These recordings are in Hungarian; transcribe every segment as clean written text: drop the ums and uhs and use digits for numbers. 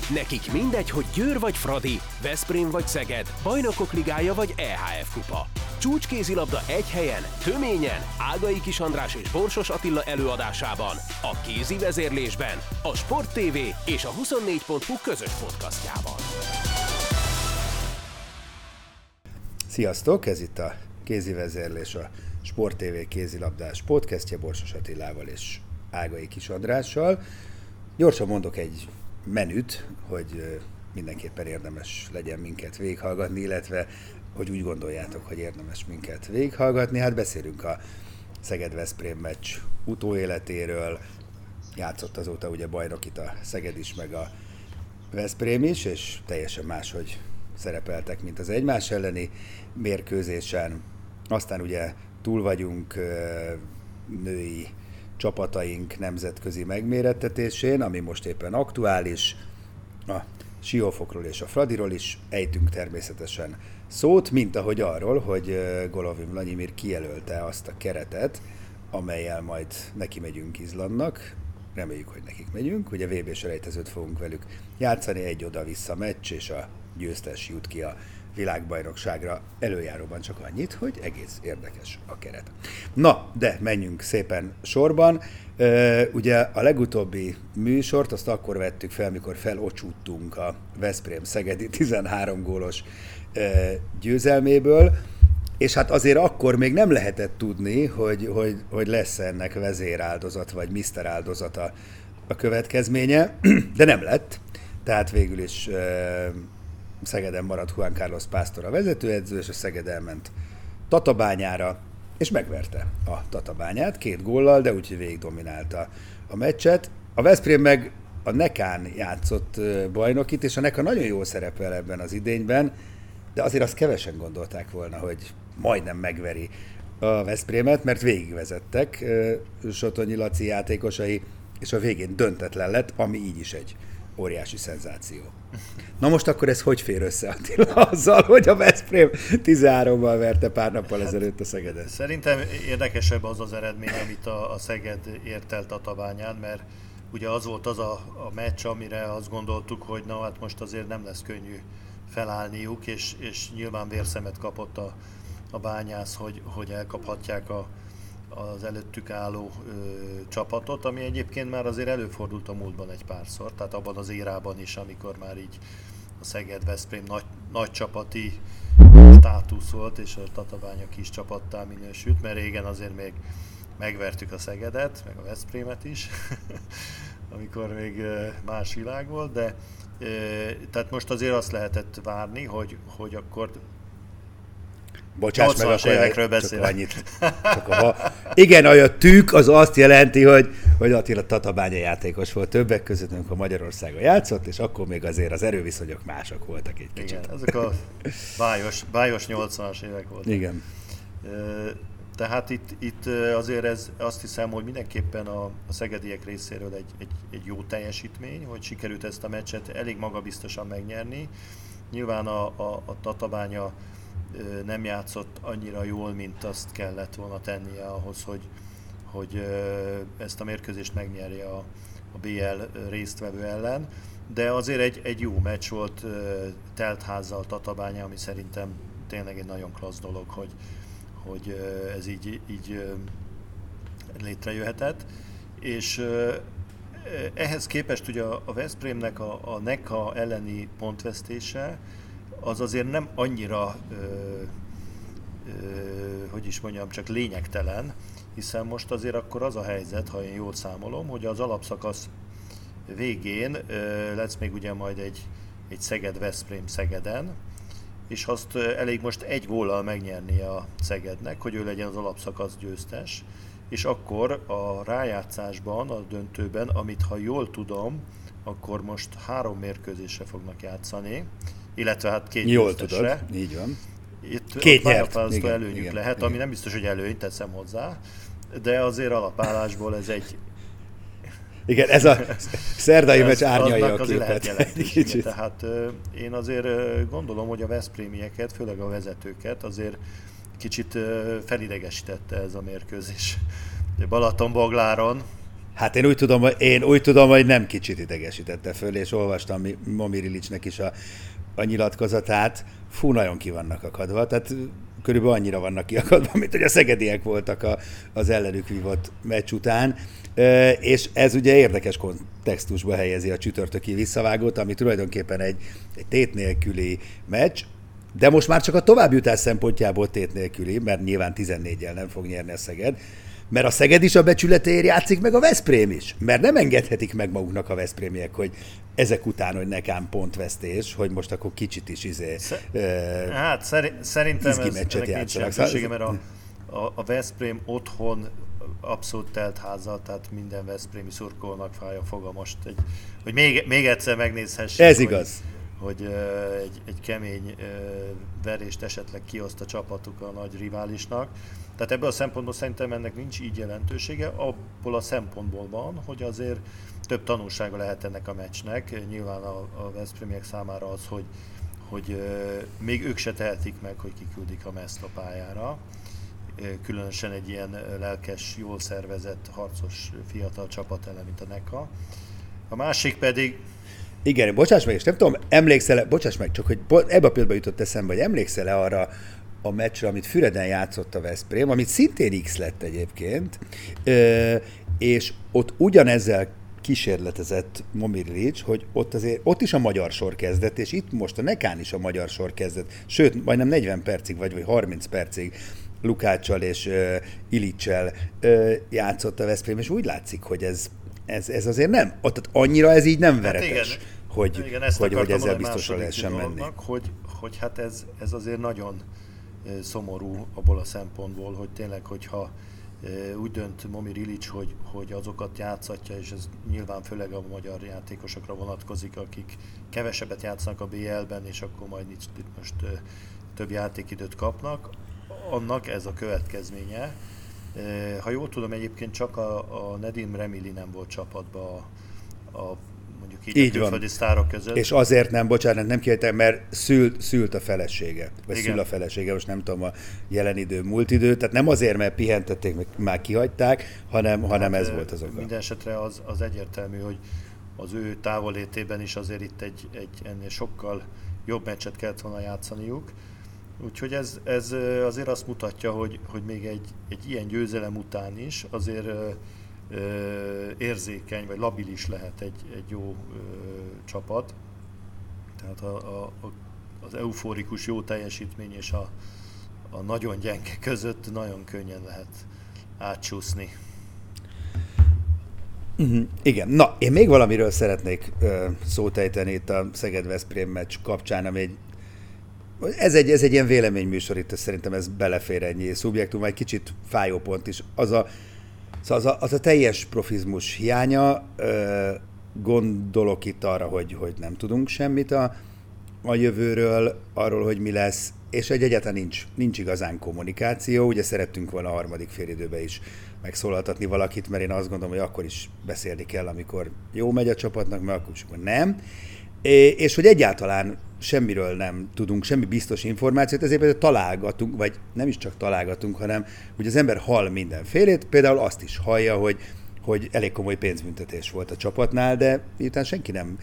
Nekik mindegy, hogy Győr vagy Fradi, Veszprém vagy Szeged, Bajnokok Ligája vagy EHF Kupa. Csúcskézilabda egy helyen, töményen, Ágai Kis András és Borsos Attila előadásában, a kézi vezérlésben, a Sport TV és a 24.hu közös podcastjában. Sziasztok, ez itt a kézi vezérlés, a Sport TV kézilabdás podcastja Borsos Attilával és Ágai Kis Andrással. Gyorsan mondok egy menüt, hogy mindenképpen érdemes legyen minket végighallgatni, illetve hogy úgy gondoljátok, hogy érdemes minket végighallgatni. Hát beszélünk a Szeged-Veszprém meccs utóéletéről, játszott azóta ugye bajnokit a Szeged is, meg a Veszprém is, és teljesen máshogy szerepeltek, mint az egymás elleni mérkőzésen. Aztán ugye túl vagyunk női csapataink nemzetközi megmérettetésén, ami most éppen aktuális. A Siófokról és a Fradiról is ejtünk természetesen szót, mint ahogy arról, hogy Golovin Vladimir kijelölte azt a keretet, amellyel majd neki megyünk Izlandnak. Reméljük, hogy nekik megyünk. Ugye VB-selejtezőt fogunk velük játszani, egy oda-vissza meccs, és a győztes jut ki a világbajnokságra. Előjáróban csak annyit, hogy egész érdekes a keret. Na, de menjünk szépen sorban. Ugye a legutóbbi műsort azt akkor vettük fel, mikor felocsúttunk a Veszprém-Szegedi 13 gólos győzelméből, és hát azért akkor még nem lehetett tudni, hogy lesz ennek vezéráldozat, vagy Mr. áldozata a következménye, de nem lett. Tehát végül is Szegeden maradt Juan Carlos Pásztor a vezetőedző, és a Szeged elment Tatabányára, és megverte a Tatabányát 2 góllal, de úgyhogy végig dominálta a meccset. A Veszprém meg a Nekán játszott bajnokit, és a Neka nagyon jól szerepel ebben az idényben, de azért azt kevesen gondolták volna, hogy majdnem megveri a Veszprémet, mert végigvezettek Sotonyi Laci játékosai, és a végén döntetlen lett, ami így is egy óriási szenzáció. Na most akkor ez hogy fér össze, Attila, azzal, hogy a Veszprém 13-mal verte pár nappal ezelőtt a Szegedet? Szerintem érdekesebb az az eredmény, amit a Szeged ért el Tatabányán, mert ugye az volt az a meccs, amire azt gondoltuk, hogy na hát most azért nem lesz könnyű felállniuk, és nyilván vérszemet kapott a Bányász, hogy elkaphatják az előttük álló csapatot, ami egyébként már azért előfordult a múltban egy párszor, tehát abban az érában is, amikor már így a Szeged-Veszprém nagy csapati státusz volt, és a Tatabánya kis csapattá minősült, mert régen azért még megvertük a Szegedet, meg a Veszprémet is, amikor még más világ volt, de tehát most azért azt lehetett várni, hogy akkor Bocsáss meg, akkor évekről beszélek. Igen, a tűk az azt jelenti, hogy Attila Tatabánya játékos volt többek között, amikor Magyarországon játszott, és akkor még azért az erőviszonyok mások voltak egy kicsit. Igen, ezek a bájos 80-as évek voltak. Igen. Tehát itt azért azt hiszem, hogy mindenképpen a szegediek részéről egy jó teljesítmény, hogy sikerült ezt a meccset elég magabiztosan megnyerni. Nyilván a Tatabánya nem játszott annyira jól, mint azt kellett volna tennie ahhoz, hogy ezt a mérkőzést megnyerje a BL résztvevő ellen, de azért egy jó meccs volt teltházzal Tatabánya, ami szerintem tényleg egy nagyon klassz dolog, hogy ez így létrejöhetett, és ehhez képest ugye a Veszprémnek a Neka elleni pontvesztése az azért nem annyira, csak lényegtelen, hiszen most azért akkor az a helyzet, ha én jól számolom, hogy az alapszakasz végén lesz még ugye majd egy Szeged-Veszprém Szegeden, és azt elég most 1 góllal megnyerni a Szegednek, hogy ő legyen az alapszakasz győztes, és akkor a rájátszásban, a döntőben, amit ha jól tudom, akkor most 3 mérkőzésre fognak játszani, illetve hát 2 jól győztesre. Tudod, így van. Itt 2 nyert. előnyük lehet, ami nem biztos, hogy előny, teszem hozzá, de azért alapállásból ez egy... Igen, ez a szerdai meccs árnyalja a képet. Tehát én azért gondolom, hogy a veszprémieket, főleg a vezetőket azért kicsit felidegesítette ez a mérkőzés. Balatonbogláron Hát én úgy tudom, hogy nem kicsit idegesítette föl, és olvastam Momir Ilicsnek is a nyilatkozatát. Fú, nagyon ki vannak akadva, tehát körülbelül annyira vannak kiakadva, mint hogy a szegediek voltak az ellenük vívott meccs után. És ez ugye érdekes kontextusba helyezi a csütörtöki visszavágót, ami tulajdonképpen egy tét nélküli meccs, de most már csak a továbbjutás szempontjából tét nélküli, mert nyilván 14-jel nem fog nyerni a Szeged, mert a Szeged is a becsületéért játszik, meg a Veszprém is, mert nem engedhetik meg maguknak a veszprémiek, hogy ezek után, hogy nekem pontvesztés, hogy most akkor kicsit is hát szerintem ez ennek nincs jelentősége, mert a Veszprém otthon abszolút telt házzal, tehát minden veszprémi szurkolónak fáj a foga most, hogy még egyszer megnézhessék. Ez igaz. Hogy egy kemény verést esetleg kioszt a csapatuk a nagy riválisnak. Tehát ebből a szempontból szerintem ennek nincs így jelentősége, abból a szempontból van, hogy azért több tanulsága lehet ennek a meccsnek. Nyilván a veszprémiek számára az, hogy még ők se tehetik meg, hogy kiküldik a Meszt a pályára. Különösen egy ilyen lelkes, jól szervezett, harcos fiatal csapat ellen, mint a NECA. A másik pedig... Igen, bocsáss meg, és nem tudom, bocsáss meg, csak hogy ebbe a pillanatban jutott eszembe, hogy emlékszel-e arra a meccsre, amit Füreden játszott a Veszprém, amit szintén X lett egyébként, és ott ugyanezzel kísérletezett Momir Ilics, hogy ott is a magyar sor kezdett, és itt most a Nekán is a magyar sor kezdett, sőt, majdnem 40 percig, vagy 30 percig Lukáccsal és Ilicsel játszott a Veszprém, és úgy látszik, hogy ez azért nem, tehát annyira ez így nem veretes, hát hogy ezzel biztosan lehessen menni. Hogy hát ez azért nagyon szomorú abból a szempontból, hogy tényleg, hogyha úgy dönt Momir Ilics, hogy azokat játszatja, és ez nyilván főleg a magyar játékosokra vonatkozik, akik kevesebbet játszanak a BL-ben, és akkor majd itt most több játékidőt kapnak, annak ez a következménye. Ha jól tudom, egyébként csak a Nedim Remili nem volt csapatban mondjuk így a külföldi sztárok között. És azért nem, bocsánat, nem kértem, mert szült a felesége, vagy igen. Szül a felesége, most nem tudom a jelen idő, múlt idő, tehát nem azért, mert pihentették, meg már kihagyták, hanem ez volt az oka. Minden esetre az egyértelmű, hogy az ő távolétében is azért itt egy ennél sokkal jobb meccset kellett volna játszaniuk. Úgyhogy ez azért azt mutatja, hogy még egy ilyen győzelem után is azért érzékeny vagy labilis lehet egy jó csapat. Tehát az euforikus jó teljesítmény és a nagyon gyenge között nagyon könnyen lehet átcsúszni. Igen. Na, én még valamiről szeretnék szót ejteni itt a Szeged-Veszprém meccs kapcsán, ami ez egy ilyen véleményműsor, itt szerintem ez belefér ennyi szubjektum, egy kicsit fájó pont is. Az a teljes profizmus hiánya, gondolok itt arra, hogy nem tudunk semmit a jövőről, arról, hogy mi lesz, és egyáltalán nincs igazán kommunikáció. Ugye szerettünk volna a harmadik félidőben is megszólaltatni valakit, mert én azt gondolom, hogy akkor is beszélni kell, amikor jó megy a csapatnak, mert akkor is nem. És hogy egyáltalán semmiről nem tudunk, semmi biztos információt, ezért például találgatunk, vagy nem is csak találgatunk, hanem hogy az ember hall mindenfélét, például azt is hallja, hogy elég komoly pénzbüntetés volt a csapatnál, de miután senki nem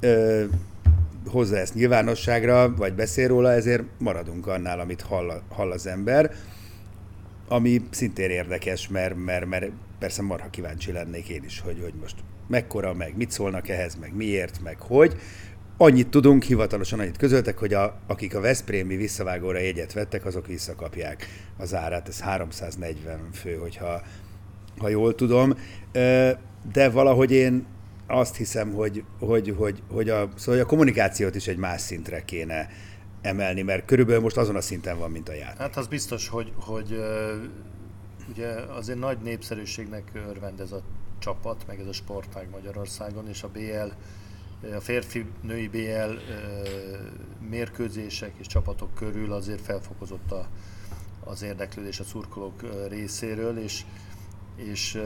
hozza ezt nyilvánosságra, vagy beszél róla, ezért maradunk annál, amit hall az ember, ami szintén érdekes, mert persze marha kíváncsi lennék én is, hogy most mekkora, meg mit szólnak ehhez, meg miért, meg hogy. Annyit tudunk, hivatalosan annyit közöltek, hogy akik a veszprémi visszavágóra jegyet vettek, azok visszakapják az árát. Ez 340 fő, ha jól tudom. De valahogy én azt hiszem, hogy a kommunikációt is egy más szintre kéne emelni, mert körülbelül most azon a szinten van, mint a játék. Hát az biztos, hogy ugye azért nagy népszerűségnek örvend ez a csapat, meg ez a sportág Magyarországon, és a BL, a férfi-női BL mérkőzések és csapatok körül azért felfokozott az érdeklődés a szurkolók részéről, és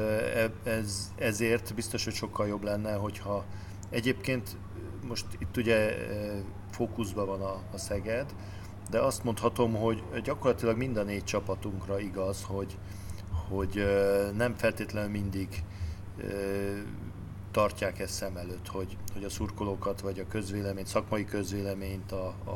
ezért biztos, hogy sokkal jobb lenne, hogyha egyébként most itt ugye fókuszban van a Szeged, de azt mondhatom, hogy gyakorlatilag mind a 4 csapatunkra igaz, hogy nem feltétlenül mindig tartják ezt szem előtt, hogy a szurkolókat, vagy a közvéleményt, szakmai közvéleményt,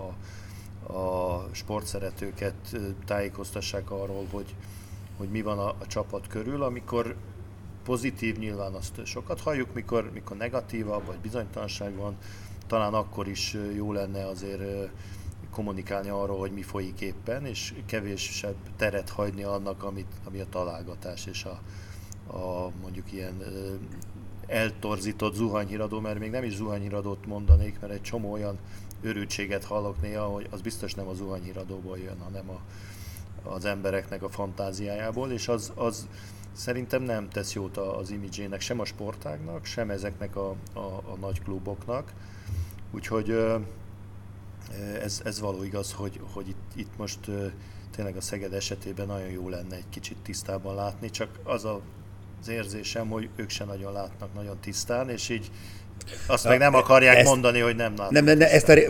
a sportszeretőket tájékoztassák arról, hogy mi van a csapat körül, amikor pozitív, nyilván azt sokat halljuk, mikor negatívabb vagy bizonytalanság van, talán akkor is jó lenne azért kommunikálni arról, hogy mi folyik éppen, és kevésebb teret hagyni annak, ami a találgatás és a mondjuk ilyen eltorzított zuhanyhíradó, mert még nem is zuhanyhíradót mondanék, mert egy csomó olyan őrültséget hallok néha, hogy az biztos nem a zuhanyhíradóból jön, hanem az embereknek a fantáziájából, és az szerintem nem tesz jót az imidzsének, sem a sportágnak, sem ezeknek a nagy kluboknak. Úgyhogy ez való igaz, hogy itt most tényleg a Szeged esetében nagyon jó lenne egy kicsit tisztában látni, csak az érzésem, hogy ők se nagyon látnak nagyon tisztán, és így azt meg nem akarják mondani, hogy nem látnak tisztán.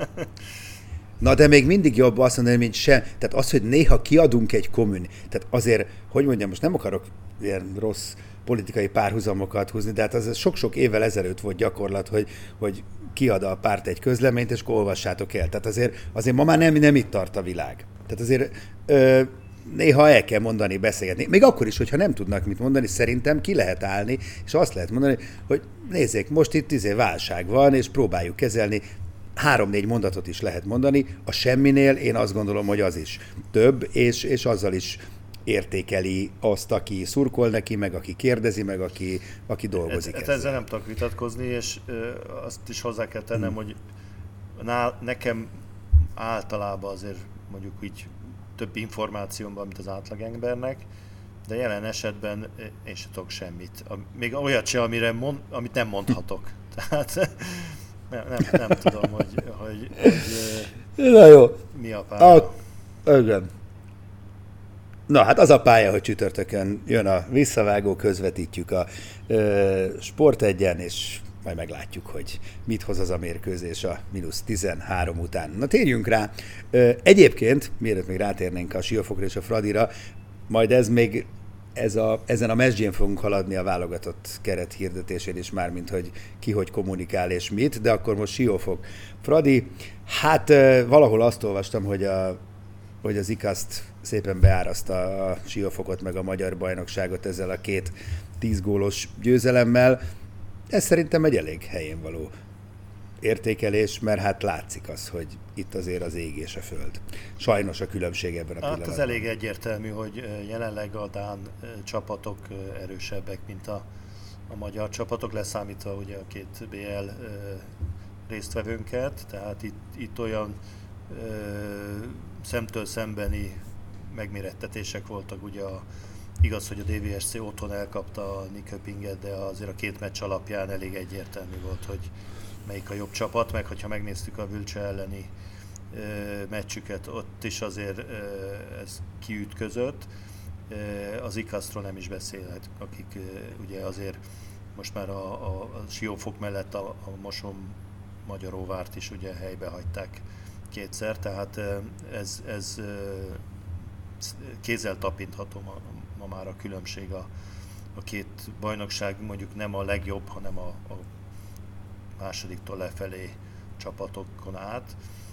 Na de még mindig jobb azt mondani, mint sem. Tehát az, hogy néha kiadunk egy kommun, tehát azért, hogy mondjam, most nem akarok ilyen rossz politikai párhuzamokat húzni, de hát az sok-sok évvel ezelőtt volt gyakorlat, hogy kiad a párt egy közleményt, és akkor olvassátok el. Tehát azért ma már nem itt tart a világ. Tehát azért néha el kell mondani, beszélgetni. Még akkor is, hogyha nem tudnak mit mondani, szerintem ki lehet állni, és azt lehet mondani, hogy nézzék, most itt válság van, és próbáljuk kezelni. 3-4 mondatot is lehet mondani, a semminél én azt gondolom, hogy az is több, és azzal is értékeli azt, aki szurkol neki, meg aki kérdezi, meg aki dolgozik ezzel nem tudok vitatkozni, és azt is hozzá kell tennem, hogy nekem általában azért mondjuk így több információm van, mint az átlagembernek, de jelen esetben én sem tudok semmit. Még olyat sem, amit nem mondhatok. Tehát nem tudom, hogy na jó. Mi a pálya. Igen. Na, hát az a pálya, hogy csütörtökön jön a visszavágó, közvetítjük a Sport 1-en, és majd meglátjuk, hogy mit hoz az a mérkőzés a -13 után. Na, térjünk rá. Egyébként, mielőtt még rátérnénk a Siófokra és a Fradira, majd ezen a mesdjén fogunk haladni a válogatott keret hirdetésén is, mármint, hogy ki hogy kommunikál és mit, de akkor most Siófok. Fradi, hát valahol azt olvastam, hogy az IKASZT szépen beáraszta a Siófokot meg a magyar bajnokságot ezzel a 2 10 gólos győzelemmel. Ez szerintem egy elég helyén való értékelés, mert hát látszik az, hogy itt azért az ég és a föld. Sajnos a különbség ebben a pillanatban. Hát az elég egyértelmű, hogy jelenleg a dán csapatok erősebbek, mint a magyar csapatok, leszámítva ugye a 2 BL résztvevőnket, tehát itt olyan szemtől szembeni megmérettetések voltak, ugye igaz, hogy a DVSC otthon elkapta a Nyköpinget, de azért a 2 meccs alapján elég egyértelmű volt, hogy melyik a jobb csapat, meg hogyha megnéztük a Vülcse elleni meccsüket, ott is azért ez kiütközött. Az IKASZT-ról nem is beszélhet, akik ugye azért most már a Siófok mellett a Moson Magyaróvárt is ugye helybe hagyták 2-szer, tehát ez kézzel tapintható ma már a különbség a 2 bajnokság, mondjuk nem a legjobb, hanem a másodiktól lefelé csapatokon át.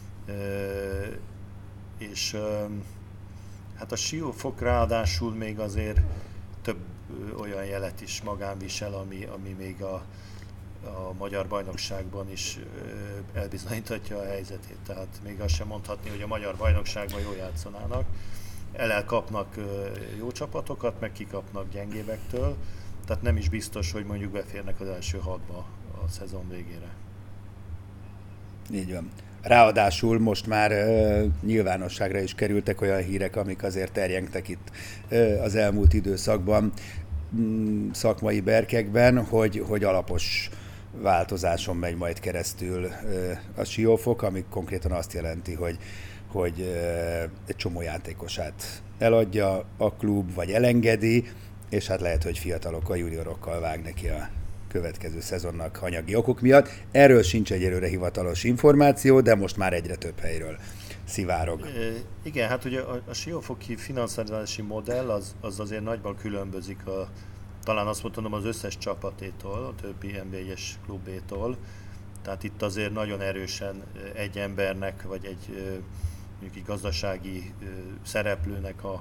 És hát a Siófok ráadásul még azért több olyan jelet is magán visel, ami még a magyar bajnokságban is elbizonyíthatja a helyzetét. Tehát még azt sem mondhatni, hogy a magyar bajnokságban jól játszanának. Elkapnak jó csapatokat, meg kikapnak gyengébektől, tehát nem is biztos, hogy mondjuk beférnek az első 6-ba a szezon végére. Így van. Ráadásul most már nyilvánosságra is kerültek olyan hírek, amik azért terjengtek itt az elmúlt időszakban, szakmai berkekben, hogy alapos változáson megy majd keresztül a Siófok, ami konkrétan azt jelenti, hogy egy csomó játékosát eladja a klub, vagy elengedi, és hát lehet, hogy fiatalokkal, juniorokkal vág neki a következő szezonnak anyagi okok miatt. Erről sincs egyelőre hivatalos információ, de most már egyre több helyről szivárog. Igen, hát ugye a siófoki finanszírozási modell az azért nagyban különbözik talán azt mondhatom az összes csapatétól, a többi NB1-es klubétól. Tehát itt azért nagyon erősen egy embernek, vagy mondjuk egy gazdasági szereplőnek a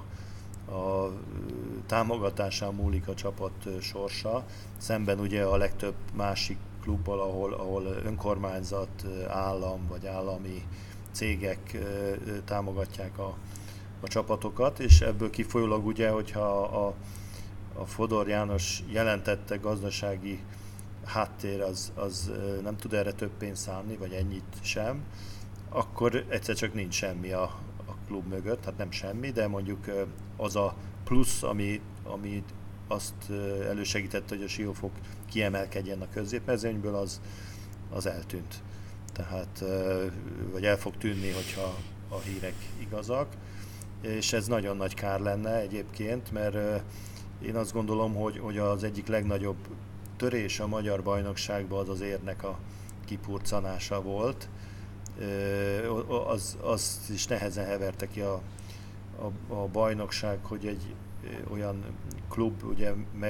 támogatásán múlik a csapat sorsa. Szemben ugye a legtöbb másik klubbal, ahol önkormányzat, állam vagy állami cégek támogatják a csapatokat, és ebből kifolyólag ugye, hogyha a Fodor János jelentette gazdasági háttér az nem tud erre több pénzt szánni, vagy ennyit sem, akkor egyszer csak nincs semmi a klub mögött, hát nem semmi, de mondjuk az a plusz, ami azt elősegítette, hogy a Siófok kiemelkedjen a középmezőnyből, az eltűnt. Tehát, vagy el fog tűnni, hogyha a hírek igazak, és ez nagyon nagy kár lenne egyébként, mert én azt gondolom, hogy az egyik legnagyobb törés a magyar bajnokságban az érnek a kipurcanása volt. Azt is nehezen heverte ki a bajnokság, hogy egy olyan klub ugye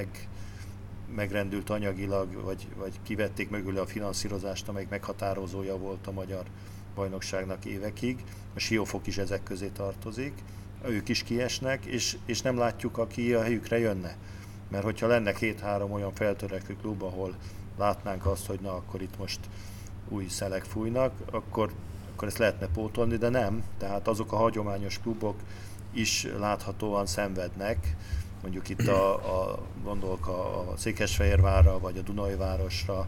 megrendült anyagilag, vagy kivették mögül a finanszírozást, amelyik meghatározója volt a magyar bajnokságnak évekig. A Siófok is ezek közé tartozik. Ők is kiesnek, és nem látjuk, aki a helyükre jönne. Mert hogyha lenne 2-3 olyan feltörekvő klub, ahol látnánk azt, hogy na, akkor itt most új szelek fújnak, akkor ezt lehetne pótolni, de nem. Tehát azok a hagyományos klubok is láthatóan szenvednek. Mondjuk itt gondolok a Székesfehérvárra, vagy a Dunajvárosra,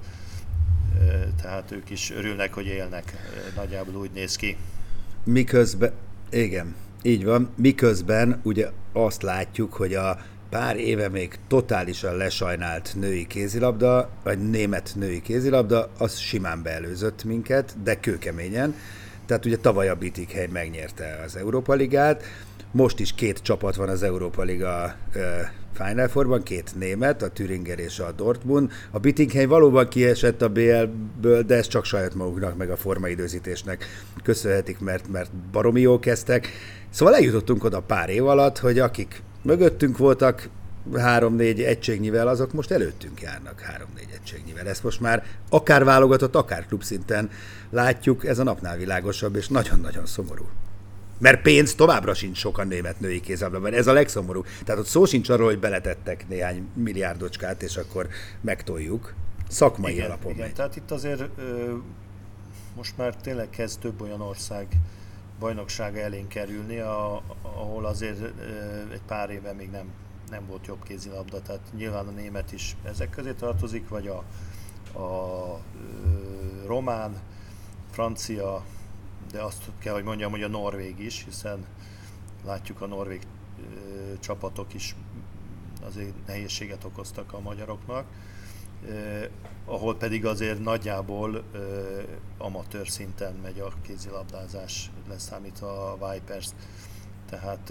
tehát ők is örülnek, hogy élnek. Nagyjából úgy néz ki. Miközben, igen, így van, miközben ugye azt látjuk, hogy a pár éve még totálisan lesajnált női kézilabda, vagy német női kézilabda, az simán beelőzött minket, de kőkeményen. Tehát ugye tavaly a Bietigheim megnyerte az Európa Ligát, most is 2 csapat van az Európa Liga Final Fourban, 2 német, a Thüringer és a Dortmund. A Bietigheim valóban kiesett a BL-ből, de ez csak saját maguknak, meg a formaidőzítésnek köszönhetik, mert baromi jól kezdtek. Szóval eljutottunk oda pár év alatt, hogy akik mögöttünk voltak 3-4 egységnyivel, azok most előttünk járnak 3-4 egységnyivel. Ezt most már akár válogatott, akár klubszinten látjuk, ez a napnál világosabb, és nagyon-nagyon szomorú. Mert pénz továbbra sincs sokan német női kézilabdában, ez a legszomorú. Tehát ott szó sincs arról, hogy beletettek néhány milliárdocskát, és akkor megtoljuk. Szakmai alapon megy. Tehát itt azért most már tényleg kezd több olyan ország bajnoksága elén kerülni, ahol azért egy pár éve még nem volt jobb kézilabda. Tehát nyilván a német is ezek közé tartozik, vagy a román, francia, de azt kell, hogy mondjam, hogy a norvég is, hiszen látjuk, a norvég csapatok is azért nehézséget okoztak a magyaroknak, ahol pedig azért nagyjából amatőr szinten megy a kézilabdázás, leszámítva a Vipers. Tehát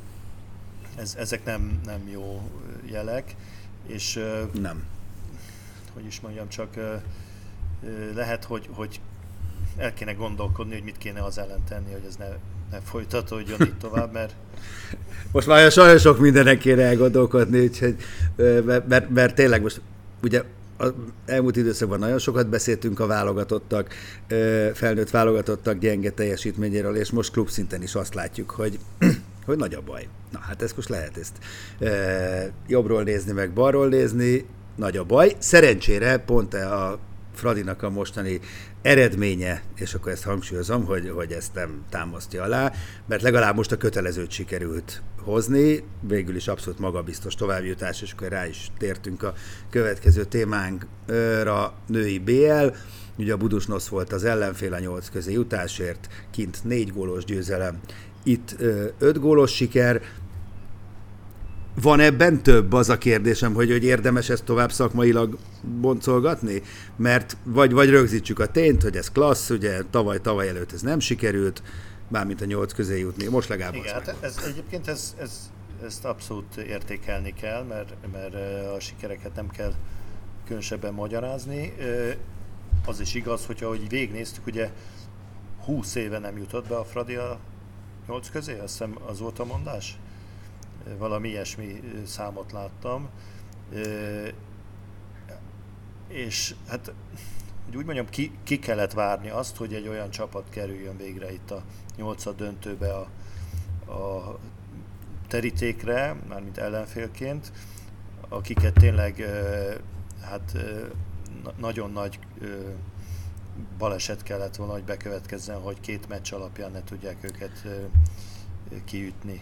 ezek nem jó jelek, és nem. Hogy is mondjam, csak lehet, hogy el kéne gondolkodni, hogy mit kéne az ellen tenni, hogy ez ne folytatódjon így tovább, mert... Most már sajnos sok mindenek kéne elgondolkodni, úgyhogy, mert tényleg most ugye az elmúlt időszakban nagyon sokat beszéltünk a válogatottak, felnőtt válogatottak gyenge teljesítményéről, és most klubszinten is azt látjuk, hogy nagy a baj. Na hát ezt most lehet ezt jobbról nézni, meg balról nézni, nagy a baj. Szerencsére pont a Fradinak a mostani eredménye, és akkor ezt hangsúlyozom, hogy ezt nem támasztja alá, mert legalább most a kötelezőt sikerült hozni, végül is abszolút magabiztos továbbjutás, és akkor rá is tértünk a következő témánkra, női BL. Ugye a Budusnosz volt az ellenfél a 8 közé jutásért, kint 4 gólos győzelem, itt 5 gólos siker. Van ebben több, az a kérdésem, hogy érdemes ezt tovább szakmailag boncolgatni? Mert vagy rögzítsük a tényt, hogy ez klassz, ugye tavaly előtt ez nem sikerült, bármint a 8 közé jutni, most legalább igen, hát egyébként ezt abszolút értékelni kell, mert a sikereket nem kell különösebben magyarázni. Az is igaz, hogy ahogy végignéztük, ugye 20 éve nem jutott be a Fradi a 8 közé, azt hiszem az volt a mondás? Valami ilyesmi számot láttam, És hát, hogy úgy mondjam, ki kellett várni azt, hogy egy olyan csapat kerüljön végre itt a 8. döntőbe a terítékre, mármint ellenfélként, akiket tényleg nagyon nagy baleset kellett volna, hogy bekövetkezzen, hogy 2 meccs alapján ne tudják őket kiütni.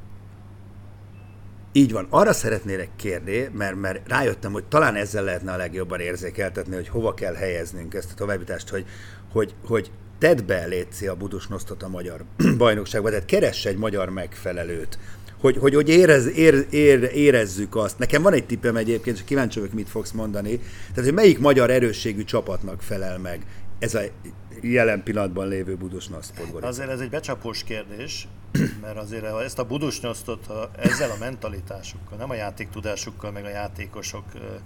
Így van. Arra szeretnélek kérni, mert rájöttem, hogy talán ezzel lehetne a legjobban érzékeltetni, hogy hova kell helyeznünk ezt a továbbjutást, hogy tedd be, létszi a Budusnosztot a magyar bajnokságba, tehát keress egy magyar megfelelőt, hogy érezzük azt. Nekem van egy tippem egyébként, és kíváncsi vagyok, mit fogsz mondani. Tehát, hogy melyik magyar erősségű csapatnak felel meg ez a jelen pillanatban lévő Budusnoszt Podgorica? Azért ez egy becsapós kérdés, mert azért ezt a Budusnosztot ezzel a mentalitásukkal, nem a játéktudásukkal, meg a játékosok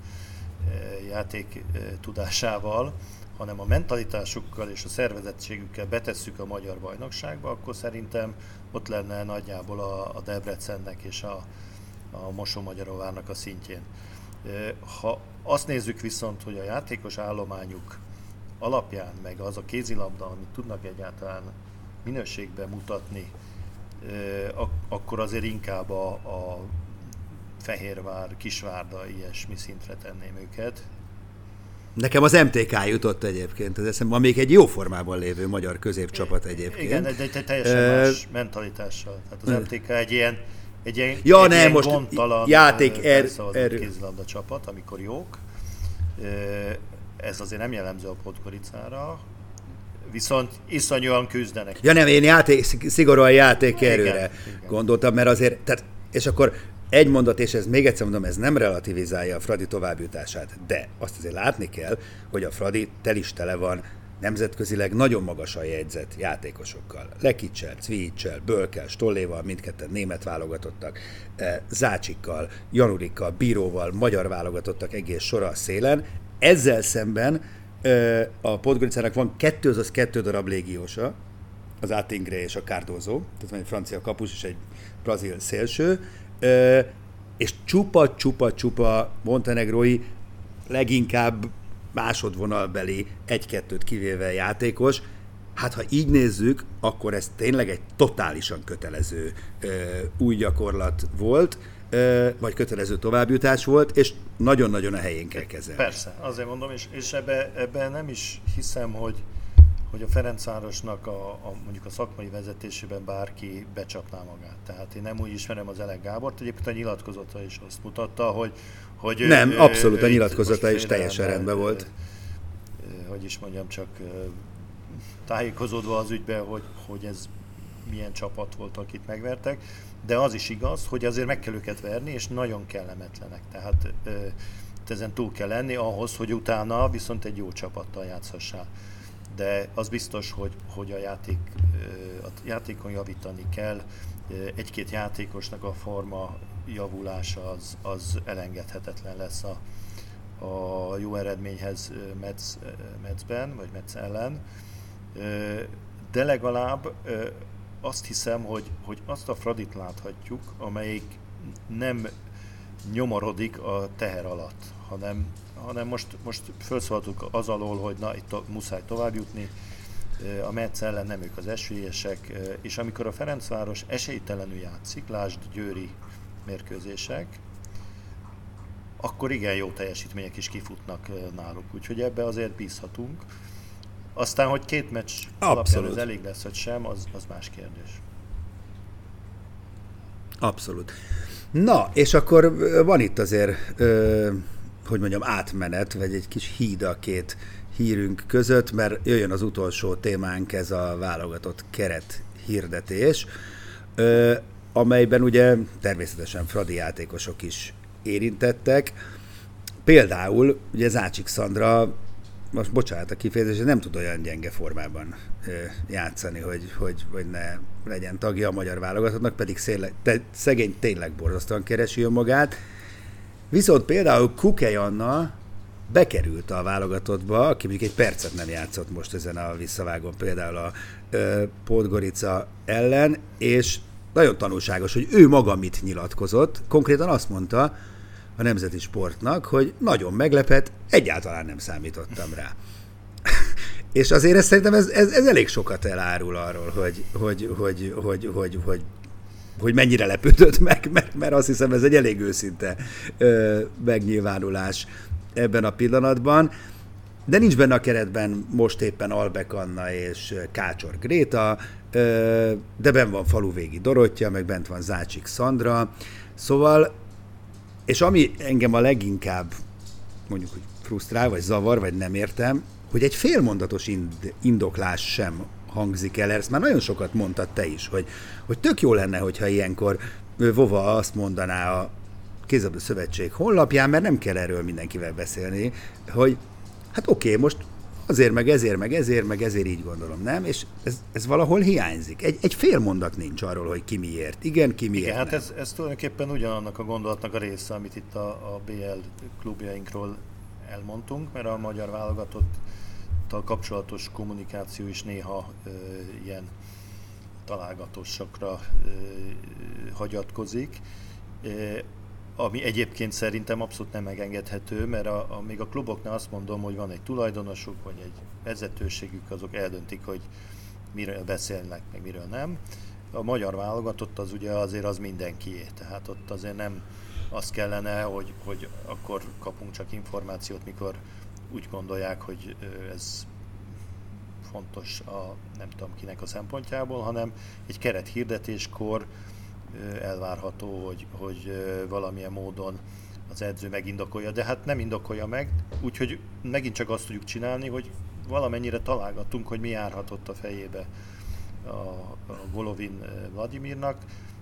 játék tudásával, hanem a mentalitásukkal és a szervezettségükkel betesszük a magyar bajnokságba, akkor szerintem ott lenne nagyjából a Debrecennek és a Mosonmagyaróvárnak a szintjén. Ha azt nézzük viszont, hogy a játékos állományuk alapján, meg az a kézilabda, amit tudnak egyáltalán minőségben mutatni, akkor azért inkább a Fehérvár, Kisvárda ilyesmi szintre tenném őket. Nekem az MTK jutott egyébként, az eszembe, még egy jó formában lévő magyar középcsapat egyébként. Igen, egy teljesen más mentalitással. Tehát az MTK egy ilyen most gondtalan játék kézilabda csapat, amikor jók. Ez azért nem jellemző a Podgoricára, viszont iszonyúan küzdenek. Ja nem, én szigorúan játékerőre gondoltam, mert azért, tehát, és akkor egy mondat, és ez még egyszer mondom, ez nem relativizálja a Fradi továbbjutását, de azt azért látni kell, hogy a Fradi tele van nemzetközileg nagyon magasan jegyzett játékosokkal. Lekicsel, Cvijicsel, Bölkel, Stolléval, mindketten német válogatottak, Zácsikkal, Janurikkal, Bíróval, magyar válogatottak egész sora a szélen. Ezzel szemben a Podgoricának van 2 darab légiósa, az Atingre és a Cardozo, tehát van egy francia kapus és egy brazil szélső, és csupa montenegrói, leginkább másodvonalbeli 1-2-t kivéve játékos. Hát ha így nézzük, akkor ez tényleg egy totálisan kötelező új gyakorlat volt, vagy kötelező továbbjutás volt, és nagyon-nagyon a helyén kell kezelni. Persze, azért mondom, és ebben nem is hiszem, hogy a Ferencvárosnak mondjuk a szakmai vezetésében bárki becsapná magát. Tehát én nem úgy ismerem az Elek Gábort, egyébként a nyilatkozata is azt mutatta, hogy nem, abszolút a nyilatkozata is teljesen rendben volt. Hogy is mondjam, csak tájékozódva az ügyben, hogy ez milyen csapat volt, akit megvertek, de az is igaz, hogy azért meg kell őket verni, és nagyon kellemetlenek. Tehát ezen túl kell lenni ahhoz, hogy utána viszont egy jó csapattal játszhassál. De az biztos, hogy a játékon javítani kell, egy-két játékosnak a forma javulása az elengedhetetlen lesz a jó eredményhez Metzben, vagy Metz ellen. De legalább azt hiszem, hogy azt a Fradit láthatjuk, amelyik nem nyomorodik a teher alatt, hanem most felszóltuk az alól, hogy na, itt muszáj tovább jutni, a Metz ellen nem ők az esélyesek, és amikor a Ferencváros esélytelenül játszik, lásd győri mérkőzések, akkor igen jó teljesítmények is kifutnak náluk, úgyhogy ebbe azért bízhatunk. Aztán, hogy 2 meccs alapján ez elég lesz, vagy sem, az más kérdés. Abszolút. Na, és akkor van itt azért, hogy mondjam, átmenet, vagy egy kis híd a 2 hírünk között, mert jöjjön az utolsó témánk, ez a válogatott keret hirdetés, amelyben ugye természetesen fradi játékosok is érintettek. Például ugye Zácsik Szandra, most bocsánat a kifejezés, nem tud olyan gyenge formában játszani, hogy ne legyen tagja a magyar válogatottnak, pedig szegény tényleg borzasztóan keresi önmagát. Viszont például Kukej Anna bekerült a válogatottba, aki mondjuk egy percet nem játszott most ezen a visszavágon például a Podgorica ellen, és nagyon tanulságos, hogy ő maga mit nyilatkozott. Konkrétan azt mondta, a nemzeti sportnak, hogy nagyon meglepett, egyáltalán nem számítottam rá. És azért szerintem ez elég sokat elárul arról, hogy mennyire lepődött meg, mert azt hiszem ez egy elég őszinte megnyilvánulás ebben a pillanatban. De nincs benne a keretben most éppen Albek Anna és Kácsor Gréta, de benn van Faluvégi Dorottya, meg bent van Zácsik Szandra. Szóval, és ami engem a leginkább mondjuk, hogy frusztrál, vagy zavar, vagy nem értem, hogy egy félmondatos indoklás sem hangzik el. Ezt már nagyon sokat mondtad te is, hogy tök jó lenne, hogyha ilyenkor Vova azt mondaná a Kézilabda Szövetség honlapján, mert nem kell erről mindenkivel beszélni, hogy hát oké, most azért, meg ezért így gondolom, nem? És ez valahol hiányzik. Egy fél mondat nincs arról, hogy ki miért. Igen, ki miért. Igen, hát ez tulajdonképpen ugyanannak a gondolatnak a része, amit itt a BL klubjainkról elmondtunk, mert a magyar válogatottal kapcsolatos kommunikáció is néha ilyen találgatosakra hagyatkozik, ami egyébként szerintem abszolút nem megengedhető, mert még a kluboknál azt mondom, hogy van egy tulajdonosuk, vagy egy vezetőségük, azok eldöntik, hogy miről beszélnek, meg miről nem. A magyar válogatott az ugye azért az mindenkié, tehát ott azért nem az kellene, hogy akkor kapunk csak információt, mikor úgy gondolják, hogy ez fontos a nem tudom kinek a szempontjából, hanem egy kerethirdetéskor elvárható, hogy valamilyen módon az edző megindokolja, de hát nem indokolja meg, úgyhogy megint csak azt tudjuk csinálni, hogy valamennyire találgatunk, hogy mi járhatott a fejébe a Golovin Vladimirnak.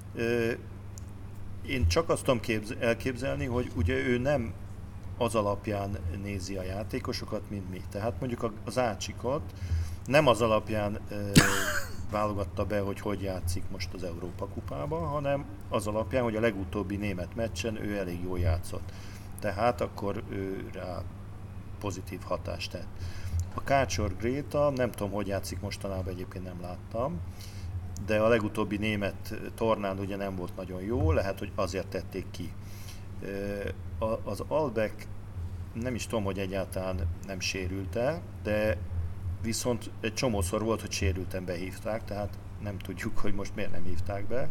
Én csak azt tudom elképzelni, hogy ugye ő nem az alapján nézi a játékosokat, mint mi. Tehát mondjuk az Ácsikot nem az alapján válogatta be, hogy játszik most az Európa-kupában, hanem az alapján, hogy a legutóbbi német meccsen ő elég jól játszott. Tehát akkor ő rá pozitív hatást tett. A Kácsor Gréta, nem tudom, hogy játszik mostanában, egyébként nem láttam, de a legutóbbi német tornán ugye nem volt nagyon jó, lehet, hogy azért tették ki. Az Albek nem is tudom, hogy egyáltalán nem sérült-e, de viszont egy csomószor volt, hogy sérülten behívták, tehát nem tudjuk, hogy most miért nem hívták be.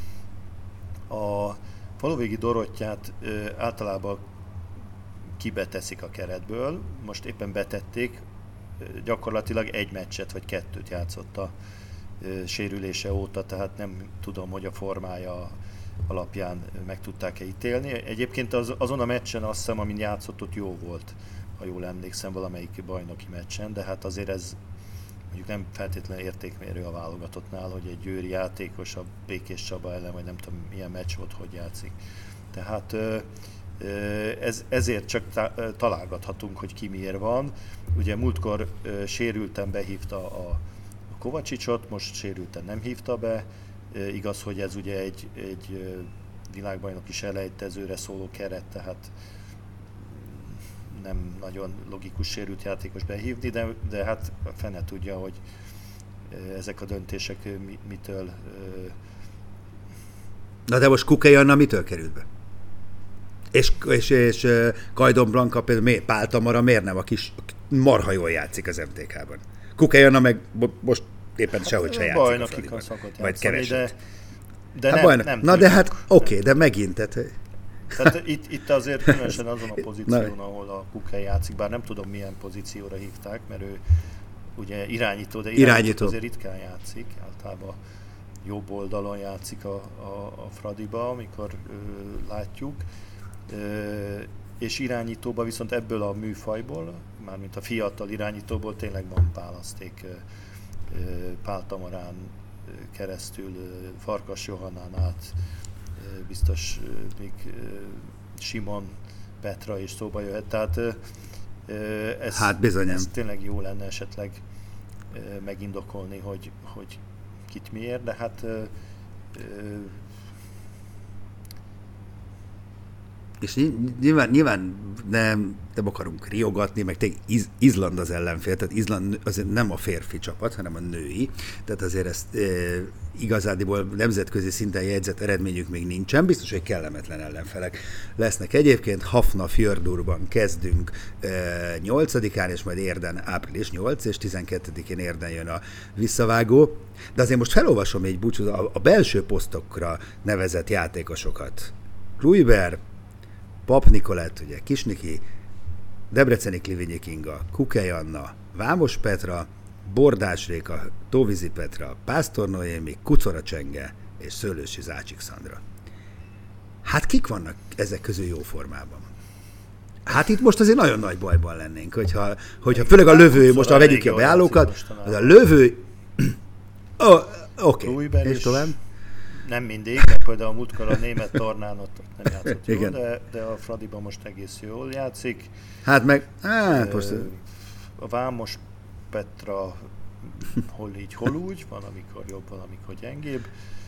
A Faluvégi Dorottyát általában kibeteszik a keretből, most éppen betették, gyakorlatilag egy meccset vagy kettőt játszott a sérülése óta, tehát nem tudom, hogy a formája alapján meg tudták-e ítélni. Egyébként azon a meccsen azt hiszem, amin játszott, ott jó volt, ha jól emlékszem, valamelyik bajnoki meccsen, de hát azért ez mondjuk nem feltétlenül értékmérő a válogatottnál, hogy egy győri játékos a Békés Csaba ellen, vagy nem tudom milyen meccs volt, hogy játszik. Tehát ezért csak találgathatunk, hogy ki miért van. Ugye múltkor sérülten behívta a Kovacsicsot, most sérülten nem hívta be. Igaz, hogy ez ugye egy világbajnoki selejtezőre szóló keret, tehát nem nagyon logikus sérült játékos behívni, de hát fene tudja, hogy ezek a döntések mitől... Na de most Kukei Anna mitől került be? És Kajdon Blanka például Pál Tamara miért nem, aki marha jól játszik az MTK-ban? Kukei Anna meg most éppen sehogy se játszik. Bajnokikkal szokott játszani, de hát nem na de hát oké, de megint. Tehát itt azért különösen azon a pozíción, ahol a Kukei játszik, bár nem tudom milyen pozícióra hívták, mert ő ugye irányító, de irányító azért ritkán játszik, általában jobb oldalon játszik a Fradiba, amikor látjuk, és irányítóba viszont ebből a műfajból, mármint a fiatal irányítóból tényleg van választék Pál Tamarán keresztül, Farkas Johannán át, biztos még Simon Petra is szóba jöhet. Tehát ez tényleg jó lenne esetleg megindokolni, hogy kit miért, de hát És nyilván nem akarunk riogatni, meg Izland az ellenfél, tehát Izland azért nem a férfi csapat, hanem a női, tehát azért ezt igazából nemzetközi szinten jegyzett eredményük még nincsen, biztos, hogy kellemetlen ellenfelek lesznek. Egyébként Hafnarfjörðurban kezdünk 8-án, és majd Érden április 8, és 12-én Érden jön a visszavágó, de azért most felolvasom egy búcsút a belső posztokra nevezett játékosokat. Kluiber, Pap Nikolett, ugye Kisniki, Debreceni Klivinyi Kinga, Kukely Anna, Vámos Petra, Bordás Réka, Tóvizi Petra, Pásztor Noémi, Kucora Csenge és Szőlősi Zácsik Szandra. Hát kik vannak ezek közül jó formában? Hát itt most azért nagyon nagy bajban lennénk, hogyha főleg a lövő, most ha vegyük ki a beállókat, az a lövő... Oké, és tovább? Nem mindig, mert például a múltkor a német tornán ott nem játszott jól, de a Fradiban most egész jól játszik. Most... A Vámos Petra hol így, hol úgy, van amikor jobb, van amikor gyengébb.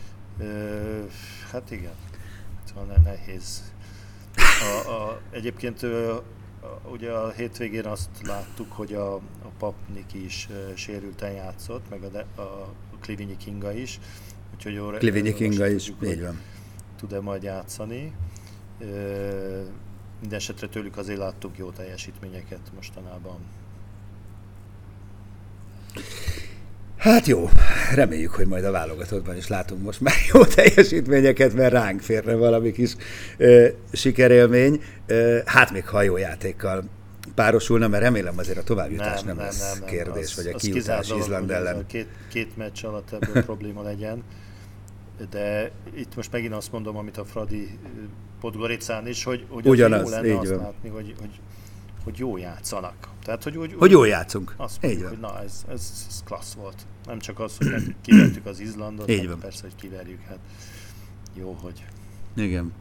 Hát igen, szóval nehéz. Egyébként ugye a hétvégén azt láttuk, hogy a Papniki is sérülten játszott, meg a Klivinyi Kinga is. Klivinyi Kinga is, így van. Tud-e majd játszani. Mindenesetre tőlük azért láttuk jó teljesítményeket mostanában. Hát jó, reméljük, hogy majd a válogatottban is látunk most már jó teljesítményeket, mert ránk férne valami kis sikerélmény. Hát még ha jó játékkal párosulna, mert remélem azért a továbbjutás nem lesz kérdés, vagy a kijutás Izland ellen. Két meccs alatt ebből probléma legyen, de itt most megint azt mondom, amit a Fradi Podgoricán is, hogy ugyanaz, jó lenne azt látni, hogy jó játszanak. Tehát, hogy jól játszunk. Azt mondjuk, hogy na, ez klassz volt. Nem csak az, hogy kivertük az Izlandot, hanem persze, hogy kiverjük. Hát jó, hogy... Igen.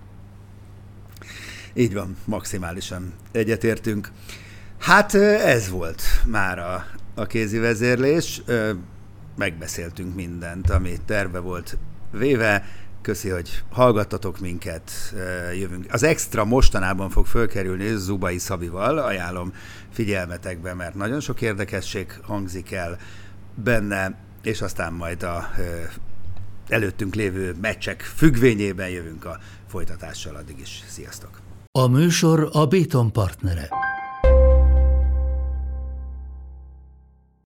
Így van, maximálisan egyetértünk. Hát ez volt már a kézi vezérlés. Megbeszéltünk mindent, ami terve volt véve. Köszi, hogy hallgattatok minket, jövünk. Az extra mostanában fog fölkerülni Zubai Szabival, ajánlom figyelmetekbe, mert nagyon sok érdekesség hangzik el benne, és aztán majd a előttünk lévő meccsek függvényében jövünk a folytatással, addig is. Sziasztok! A műsor a Béton partnere.